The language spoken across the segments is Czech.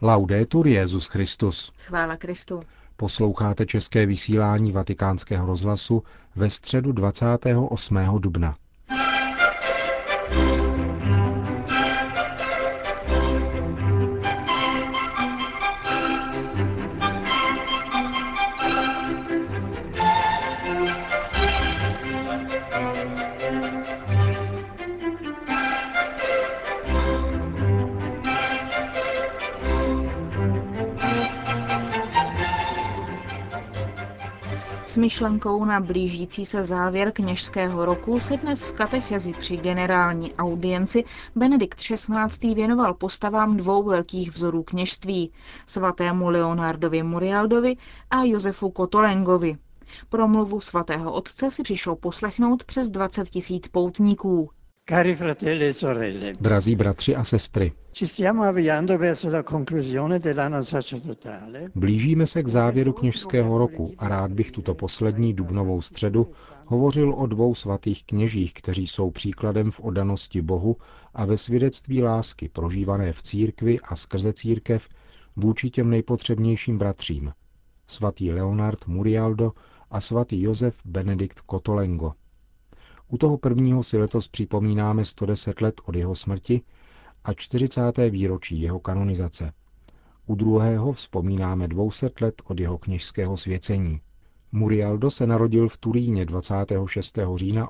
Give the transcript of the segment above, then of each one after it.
Laudetur Jesus Christus. Chvála Kristu. Posloucháte české vysílání Vatikánského rozhlasu ve středu 28. dubna. S myšlenkou na blížící se závěr kněžského roku se dnes v katechezi při generální audienci Benedikt XVI. Věnoval postavám dvou velkých vzorů kněžství, svatému Leonardovi Murialdovi a Josefu Kotolengovi. Promluvu svatého otce si přišlo poslechnout přes 20 000 poutníků. Cari fratelli e sorelle, Drazí bratři a sestry, ci stiamo avviando verso la conclusione dell'anno sacerdotale. blížíme se k závěru kněžského roku a rád bych tuto poslední dubnovou středu hovořil o dvou svatých kněžích, kteří jsou příkladem v oddanosti Bohu a ve svědectví lásky prožívané v církvi a skrze církev vůči těm nejpotřebnějším bratřím. Svatý Leonard Murialdo a svatý Josef Benedikt Kotolengo. U toho prvního si letos připomínáme 110 let od jeho smrti a 40. výročí jeho kanonizace. U druhého vzpomínáme 200 let od jeho kněžského svěcení. Murialdo se narodil v Turíně 26. října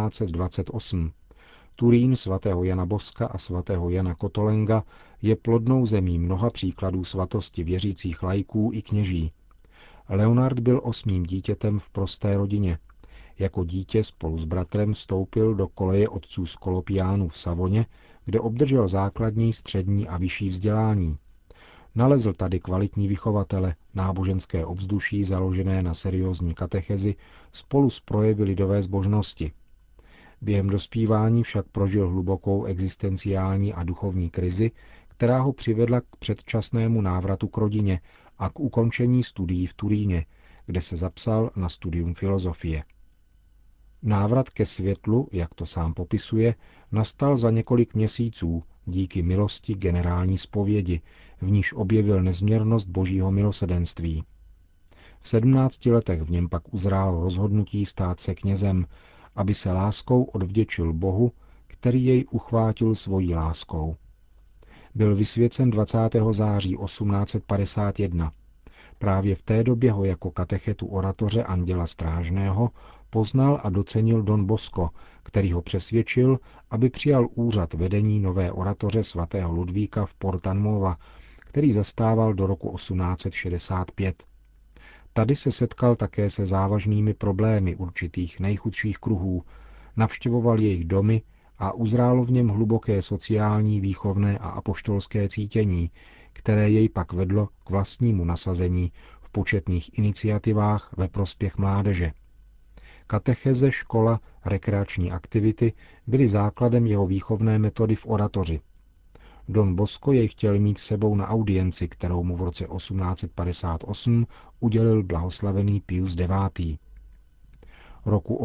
1828. Turín svatého Jana Boska a svatého Jana Kotolenga je plodnou zemí mnoha příkladů svatosti věřících laiků i kněží. Leonard byl 8. dítětem v prosté rodině. Jako dítě spolu s bratrem vstoupil do koleje otců Skolopiánů v Savoně, kde obdržel základní, střední a vyšší vzdělání. Nalezl tady kvalitní vychovatele, náboženské ovzduší založené na seriózní katechezi spolu s projevy lidové zbožnosti. Během dospívání však prožil hlubokou existenciální a duchovní krizi, která ho přivedla k předčasnému návratu k rodině a k ukončení studií v Turíně, kde se zapsal na studium filozofie. Návrat ke světlu, jak to sám popisuje, nastal za několik měsíců díky milosti generální zpovědi, v níž objevil nezměrnost božího milosrdenství. V 17 letech v něm pak uzrálo rozhodnutí stát se knězem, aby se láskou odvděčil Bohu, který jej uchvátil svojí láskou. Byl vysvěcen 20. září 1851. Právě v té době ho jako katechetu oratoře Anděla Strážného poznal a docenil Don Bosco, který ho přesvědčil, aby přijal úřad vedení nové oratoře svatého Ludvíka v Porta Nuova, který zastával do roku 1865. Tady se setkal také se závažnými problémy určitých nejchudších kruhů, navštěvoval jejich domy a uzrálo v něm hluboké sociální, výchovné a apoštolské cítění, které jej pak vedlo k vlastnímu nasazení v početných iniciativách ve prospěch mládeže. Katecheze, škola, rekreační aktivity byly základem jeho výchovné metody v oratoři. Don Bosco jej chtěl mít sebou na audienci, kterou mu v roce 1858 udělil blahoslavený Pius IX. Roku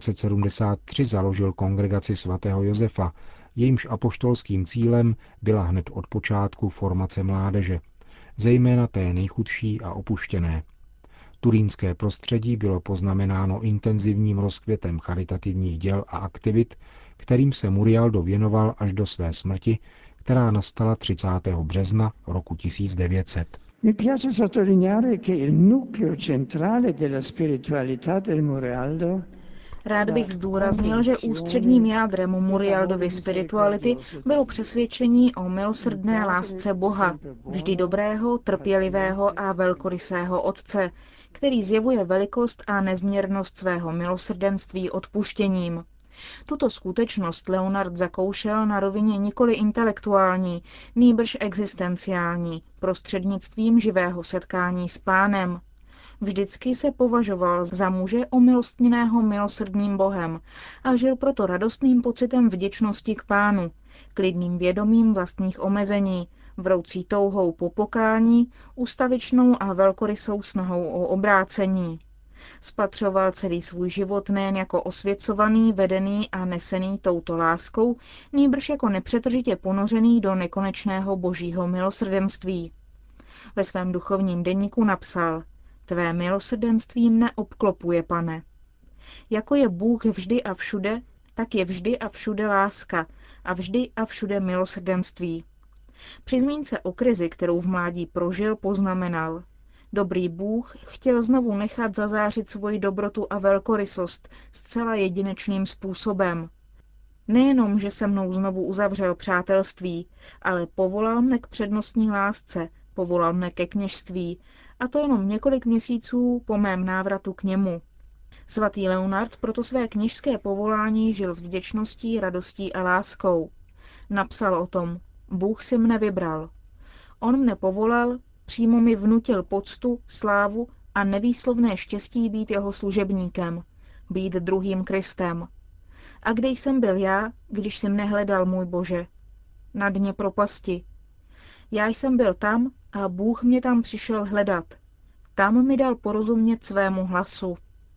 1873 založil kongregaci svatého Josefa, jejímž apoštolským cílem byla hned od počátku formace mládeže, zejména té nejchudší a opuštěné. Turínské prostředí bylo poznamenáno intenzivním rozkvětem charitativních děl a aktivit, kterým se Murialdo věnoval až do své smrti, která nastala 30. března roku 1900. Mi piace sottolineare che il nucleo centrale della spiritualità del Murialdo. Rád bych zdůraznil, že ústředním jádrem Murialdovy spirituality bylo přesvědčení o milosrdné lásce Boha, vždy dobrého, trpělivého a velkorysého Otce, který zjevuje velikost a nezměrnost svého milosrdenství odpuštěním. Tuto skutečnost Leonard zakoušel na rovině nikoli intelektuální, nýbrž existenciální, prostřednictvím živého setkání s Pánem. Vždycky se považoval za muže omilostněného milosrdným Bohem a žil proto radostným pocitem vděčnosti k Pánu, klidným vědomím vlastních omezení, vroucí touhou po pokání, ustavičnou a velkorysou snahou o obrácení. Spatřoval celý svůj život nejen jako osvěcovaný, vedený a nesený touto láskou, nýbrž jako nepřetržitě ponořený do nekonečného božího milosrdenství. Ve svém duchovním deníku napsal: Tvé milosrdenství mne obklopuje, Pane. Jako je Bůh vždy a všude, tak je vždy a všude láska a vždy a všude milosrdenství. Při zmínce o krizi, kterou v mládí prožil, poznamenal: Dobrý Bůh chtěl znovu nechat zazářit svoji dobrotu a velkorysost zcela jedinečným způsobem. Nejenom, že se mnou znovu uzavřel přátelství, ale povolal mne k přednostní lásce, povolal mne ke kněžství, a to jenom několik měsíců po mém návratu k němu. Svatý Leonard proto své kněžské povolání žil s vděčností, radostí a láskou. Napsal o tom: Bůh si mne vybral. On mne povolal, přímo mi vnutil poctu, slávu a nevýslovné štěstí být jeho služebníkem, být druhým Kristem. A kde jsem byl já, když jsi mne hledal, můj Bože? Na dně propasti. Já jsem byl tam a Bůh mě tam přišel hledat. Tam mi dal porozumět svému hlasu.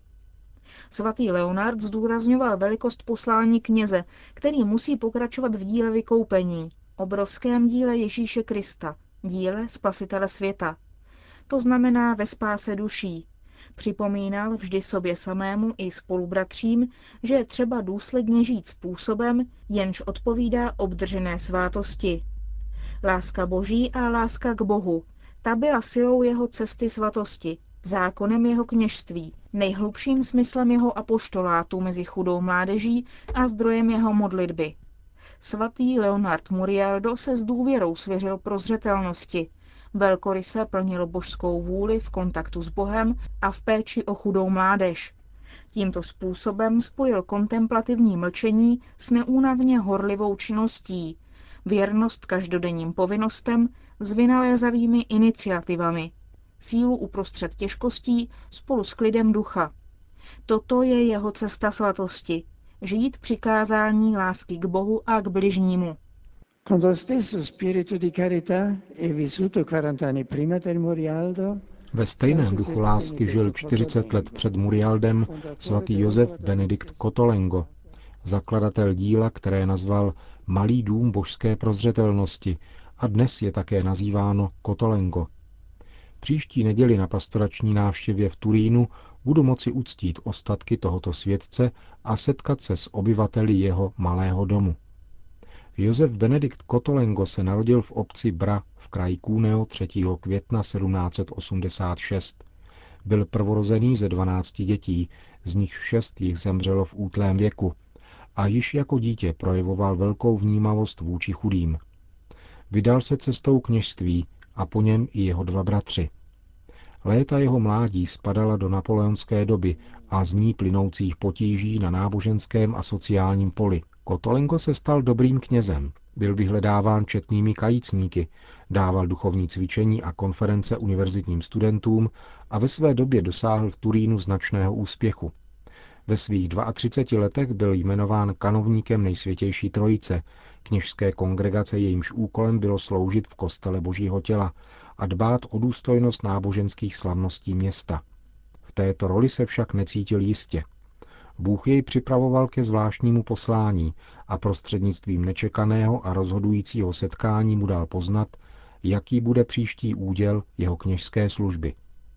Svatý Leonard zdůrazňoval velikost poslání kněze, který musí pokračovat v díle vykoupení, obrovském díle Ježíše Krista, díle Spasitele světa. To znamená ve spáse duší. Připomínal vždy sobě samému i spolubratřím, že je třeba důsledně žít způsobem, jenž odpovídá obdržené svátosti. Láska Boží a láska k Bohu, ta byla silou jeho cesty svatosti, zákonem jeho kněžství, nejhlubším smyslem jeho apoštolátu mezi chudou mládeží a zdrojem jeho modlitby. Svatý Leonard Murialdo se s důvěrou svěřil prozřetelnosti, velkoryse plnil božskou vůli v kontaktu s Bohem a v péči o chudou mládež. Tímto způsobem spojil kontemplativní mlčení s neúnavně horlivou činností, věrnost každodenním povinnostem s vynalézavými iniciativami, sílu uprostřed těžkostí spolu s klidem ducha. Toto je jeho cesta svatosti, žít přikázání lásky k Bohu a k bližnímu. Con lo stesso spirito di carità è vissuto 40 anni prima del Murialdo. Ve stejném duchu lásky žil 40 let před Murialdem svatý Josef Benedikt Cotolengo, zakladatel díla, které nazval Malý dům božské prozřetelnosti a dnes je také nazýváno Cotolengo. Příští neděli na pastorační návštěvě v Turínu budu moci uctít ostatky tohoto světce a setkat se s obyvateli jeho malého domu. Josef Benedikt Cotolengo se narodil v obci Bra v kraji Cuneo 3. května 1786. Byl prvorozený ze 12 dětí, z nich 6 jich zemřelo v útlém věku a již jako dítě projevoval velkou vnímavost vůči chudým. Vydal se cestou kněžství a po něm i jeho 2 bratři. Léta jeho mládí spadala do napoleonské doby a z ní plynoucích potíží na náboženském a sociálním poli. Cotolengo se stal dobrým knězem, byl vyhledáván četnými kajícníky, dával duchovní cvičení a konference univerzitním studentům a ve své době dosáhl v Turínu značného úspěchu. Ve svých 32 letech byl jmenován kanovníkem Nejsvětější Trojice, kněžské kongregace, jejímž úkolem bylo sloužit v kostele Božího těla a dbát o důstojnost náboženských slavností města. V této roli se však necítil jistě. Bůh jej připravoval ke zvláštnímu poslání a prostřednictvím nečekaného a rozhodujícího setkání mu dal poznat, jaký bude příští úděl jeho kněžské služby.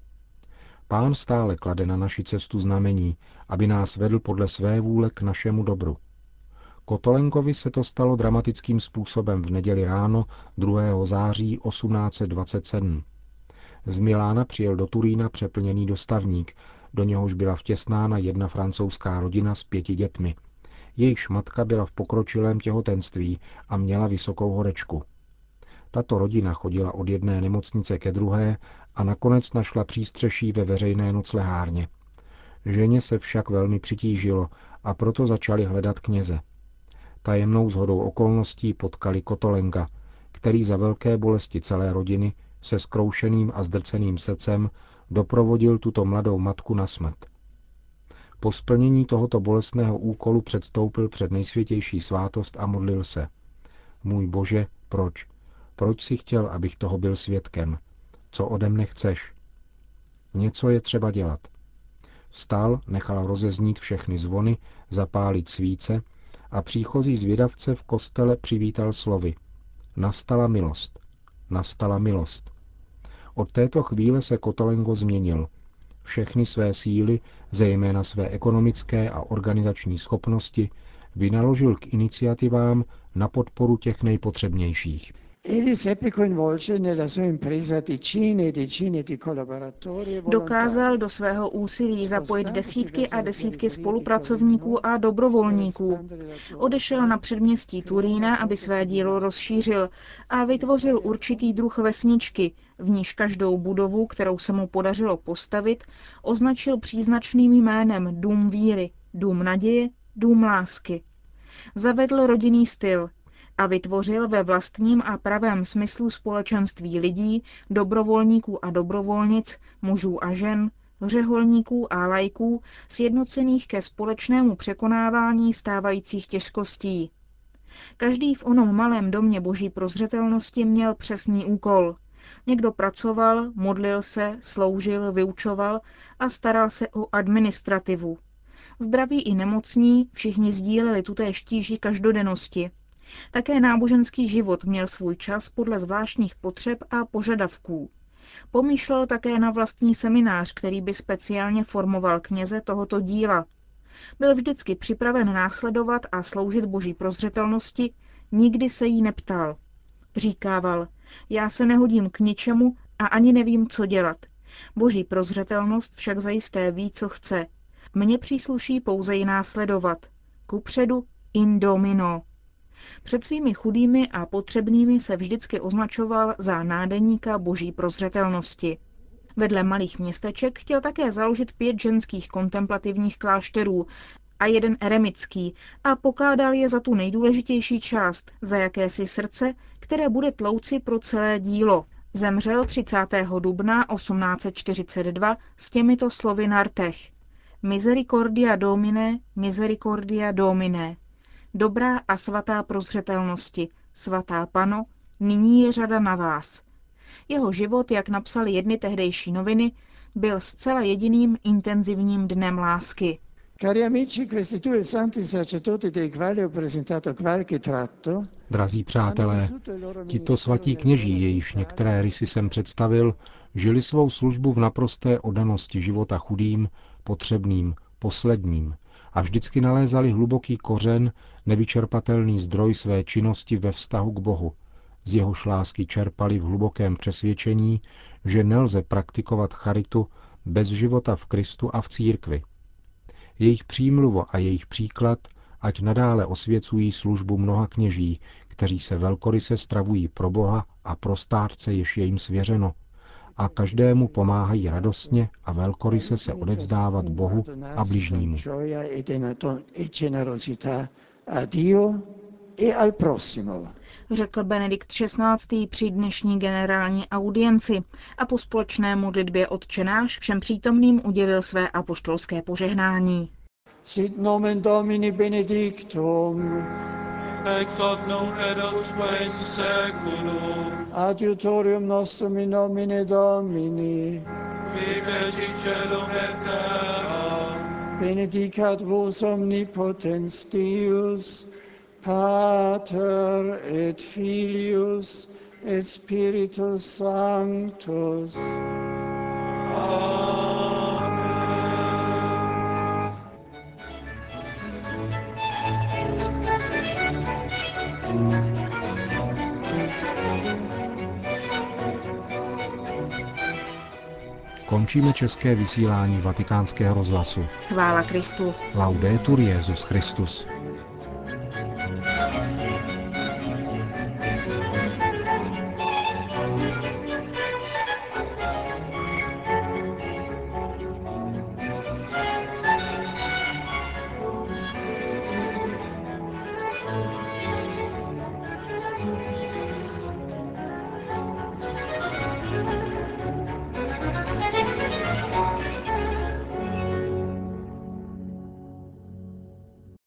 Pán stále klade na naši cestu znamení, aby nás vedl podle své vůle k našemu dobru. Cotolengovi se to stalo dramatickým způsobem v neděli ráno 2. září 1827. Z Milána přijel do Turína přeplněný dostavník, do něhož byla vtěsnána jedna francouzská rodina s 5 dětmi. Jejichž matka byla v pokročilém těhotenství a měla vysokou horečku. Tato rodina chodila od jedné nemocnice ke druhé a nakonec našla přístřeší ve veřejné noclehárně. Ženě se však velmi přitížilo a proto začali hledat kněze. Tajemnou shodou okolností potkali Cotolenga, který za velké bolesti celé rodiny se zkroušeným a zdrceným srdcem doprovodil tuto mladou matku na smrt. Po splnění tohoto bolestného úkolu předstoupil před nejsvětější svátost a modlil se. Můj Bože, proč? Proč jsi chtěl, abych toho byl svědkem? Co ode mne chceš? Něco je třeba dělat. Vstal, nechal rozeznít všechny zvony, zapálit svíce a příchozí zvědavce v kostele přivítal slovy. Nastala milost. Nastala milost. Od této chvíle se Cotolengo změnil. Všechny své síly, zejména své ekonomické a organizační schopnosti, vynaložil k iniciativám na podporu těch nejpotřebnějších. Dokázal do svého úsilí zapojit desítky a desítky spolupracovníků a dobrovolníků. Odešel na předměstí Turína, aby své dílo rozšířil a vytvořil určitý druh vesničky, v níž každou budovu, kterou se mu podařilo postavit, označil příznačným jménem Dům víry, Dům naděje, Dům lásky. Zavedl rodinný styl a vytvořil ve vlastním a pravém smyslu společenství lidí, dobrovolníků a dobrovolnic, mužů a žen, řeholníků a laiků, sjednocených ke společnému překonávání stávajících těžkostí. Každý v onom malém domě Boží prozřetelnosti měl přesný úkol. Někdo pracoval, modlil se, sloužil, vyučoval a staral se o administrativu. Zdraví i nemocní všichni sdíleli tutéž tíži každodennosti. Také náboženský život měl svůj čas podle zvláštních potřeb a požadavků. Pomýšlel také na vlastní seminář, který by speciálně formoval kněze tohoto díla. Byl vždycky připraven následovat a sloužit Boží prozřetelnosti, nikdy se jí neptal. Říkával, já se nehodím k ničemu a ani nevím, co dělat. Boží prozřetelnost však zajisté ví, co chce. Mně přísluší pouze ji následovat. Kupředu in domino. Před svými chudými a potřebnými se vždycky označoval za nádeníka Boží prozřetelnosti. Vedle malých městeček chtěl také založit 5 ženských kontemplativních klášterů a 1 eremický a pokládal je za tu nejdůležitější část, za jakési srdce, které bude tlouci pro celé dílo. Zemřel 30. dubna 1842 s těmito slovy na rtech. Misericordia Domine, dobrá a svatá prozřetelnosti, svatá Pano, nyní je řada na vás. Jeho život, jak napsaly jedny tehdejší noviny, byl zcela jediným intenzivním dnem lásky. Cari amici, questi 2 santi sacerdoti dei quali ho presentato qualche tratto. Drazí přátelé, tito svatí kněží, jejichž některé rysy jsem představil, žili svou službu v naprosté oddanosti života chudým, potřebným, posledním a vždycky nalézali hluboký kořen, nevyčerpatelný zdroj své činnosti ve vztahu k Bohu. Z jehož lásky čerpali v hlubokém přesvědčení, že nelze praktikovat charitu bez života v Kristu a v církvi. Jejich přímluva a jejich příklad ať nadále osvěcují službu mnoha kněží, kteří se velkoryse stravují pro Boha a pro stárce, jež je jim svěřeno, a každému pomáhají radostně a velkoryse se odevzdávat Bohu a bližnímu. Řekl Benedikt XVI. Při dnešní generální audienci a po společné modlitbě Otčenáš všem přítomným udělil své apoštolské požehnání. Sit nomen Domini benedictum. Ex hoc nunc et usque in seculum. Adiutorium nostrum in nomine Domini. Qui feci caelum et terra. Benedicat vos omnipotens Deus, Pater et Filius et Spiritus Sanctus. Končíme české vysílání Vatikánského rozhlasu. Chvála Kristu. Laudetur Jesus Christus.